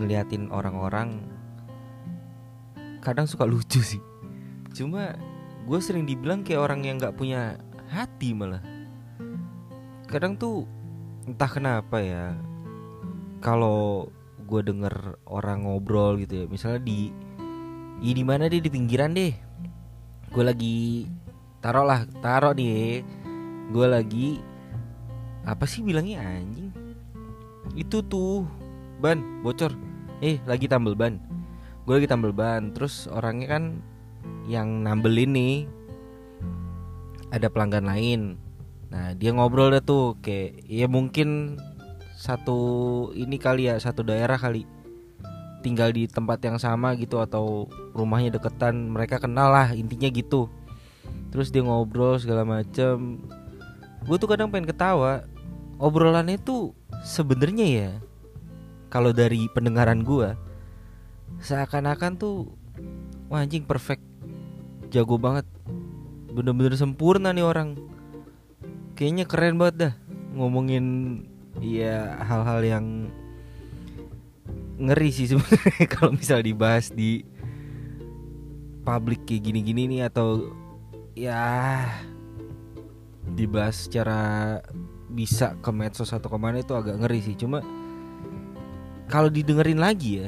ngeliatin orang-orang kadang suka lucu sih. Cuma gue sering dibilang kayak orang yang gak punya hati malah. Kadang tuh entah kenapa ya, kalau gue denger orang ngobrol gitu ya, misalnya di mana deh, di pinggiran deh, gue lagi taruh nih, gue lagi apa sih bilangnya anjing, itu tuh ban bocor, lagi tambel ban, gue lagi tambel ban, terus orangnya kan yang nambelin nih ada pelanggan lain. Nah dia ngobrol deh tuh kayak ya mungkin satu ini kali ya, satu daerah kali, tinggal di tempat yang sama gitu atau rumahnya deketan, mereka kenal lah intinya gitu. Terus dia ngobrol segala macem, gue tuh kadang pengen ketawa. Obrolannya tuh sebenarnya ya, kalau dari pendengaran gue, seakan-akan tuh wah anjing perfect, jago banget, bener-bener sempurna nih orang. Kayaknya keren banget dah ngomongin ya hal-hal yang ngeri sih sebenarnya kalau misal dibahas di publik kayak gini-gini nih, atau ya dibahas secara bisa ke medsos atau kemana, itu agak ngeri sih. Cuma kalau didengerin lagi ya,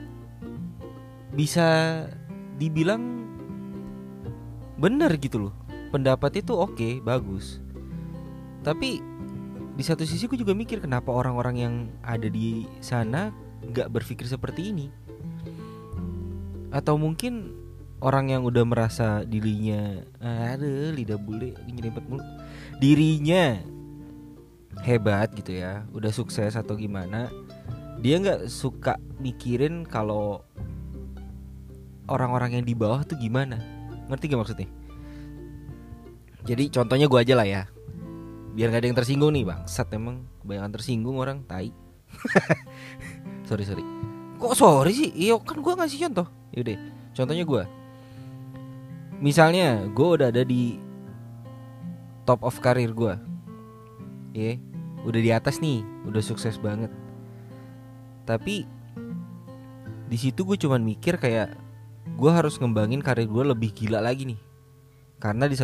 bisa dibilang bener gitu loh, pendapat itu oke, bagus. Tapi di satu sisi gue juga mikir kenapa orang-orang yang ada di sana gak berpikir seperti ini. Atau mungkin orang yang udah merasa dirinya lidah bule nyerempet mulu, dirinya hebat gitu ya, udah sukses atau gimana, dia gak suka mikirin kalau orang-orang yang di bawah tuh gimana. Ngerti gak maksudnya? Jadi contohnya gue aja lah ya, biar gak ada yang tersinggung nih, bangsat emang kebanyakan tersinggung orang, tai. Sorry. Kok sorry sih? Iya kan gue ngasih contoh. Yaudah, contohnya gue, misalnya gue udah ada di top of karir gue, udah di atas nih, udah sukses banget. Tapi di situ gue cuman mikir kayak gue harus ngembangin karir gue lebih gila lagi nih. Karena di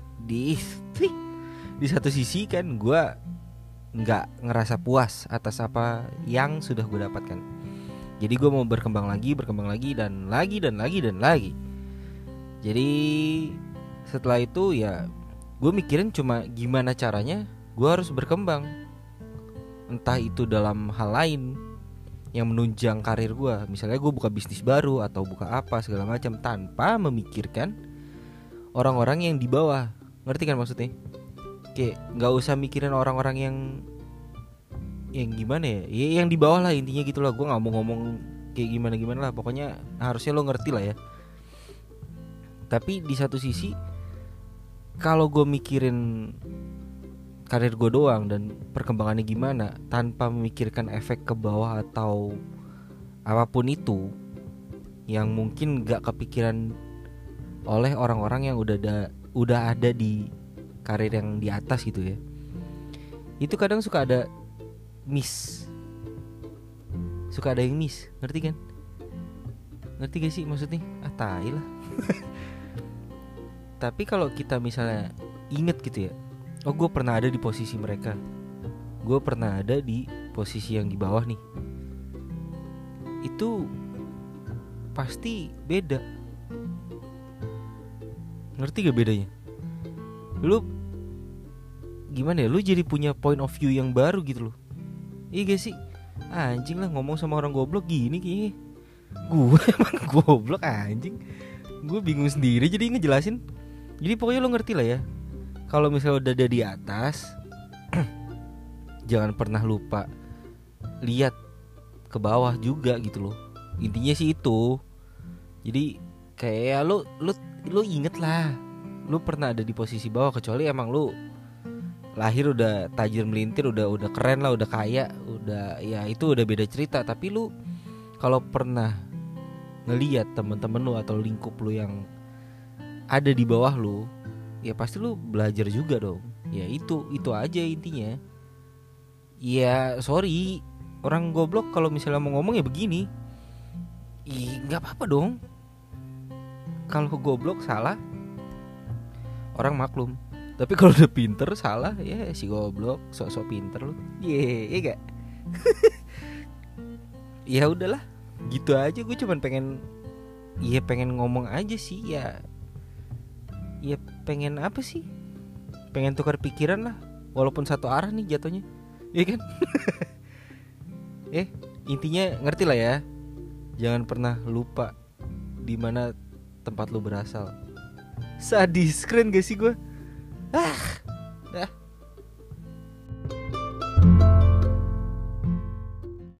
satu sisi kan gue nggak ngerasa puas atas apa yang sudah gue dapatkan. Jadi gue mau berkembang lagi dan lagi. Jadi setelah itu ya gue mikirin cuma gimana caranya gue harus berkembang, entah itu dalam hal lain yang menunjang karir gue. Misalnya gue buka bisnis baru atau buka apa segala macam, tanpa memikirkan orang-orang yang di bawah. Ngerti kan maksudnya? Kayak nggak usah mikirin orang-orang yang gimana ya, yang di bawah lah intinya gitulah. Gue nggak mau ngomong kayak gimana lah, pokoknya harusnya lo ngerti lah ya. Tapi di satu sisi, kalau gue mikirin karir gue doang dan perkembangannya gimana, tanpa memikirkan efek ke bawah atau apapun itu yang mungkin gak kepikiran oleh orang-orang yang udah ada di karir yang di atas gitu ya, itu kadang suka ada yang miss. Ngerti kan? Ngerti gak sih maksudnya? Tai lah. Tapi kalau kita misalnya inget gitu ya, oh gue pernah ada di posisi mereka, gue pernah ada di posisi yang di bawah nih, itu pasti beda. Ngerti gak bedanya? Lu gimana ya, lu jadi punya point of view yang baru gitu loh. Iya gak sih? Anjing lah ngomong sama orang goblok gini kayaknya. Gue emang goblok anjing. Gue bingung sendiri jadi ngejelasin. Jadi pokoknya lo ngerti lah ya, kalau misalnya udah ada di atas, jangan pernah lupa lihat ke bawah juga gitu loh. Intinya sih itu. Jadi kayak lo inget lah, lo pernah ada di posisi bawah, kecuali emang lo lahir udah tajir melintir, udah keren lah, udah kaya, udah ya itu udah beda cerita. Tapi lo kalau pernah ngelihat teman-teman lo atau lingkup lo yang ada di bawah lu, ya pasti lu belajar juga dong. Ya itu aja intinya. Ya sorry, orang goblok kalau misalnya mau ngomong ya begini. Ih, nggak apa-apa dong. Kalau goblok salah, orang maklum. Tapi kalau udah pinter salah, ya si goblok, sok-sok pinter lu. Iya gak? Ya udahlah, gitu aja. Gue cuman pengen, iya pengen ngomong aja sih ya. Ya pengen apa sih? Pengen tukar pikiran lah. Walaupun satu arah nih jatuhnya, iya kan? Intinya ngerti lah ya. Jangan pernah lupa di mana tempat lu berasal. Sadis, keren gak sih gue?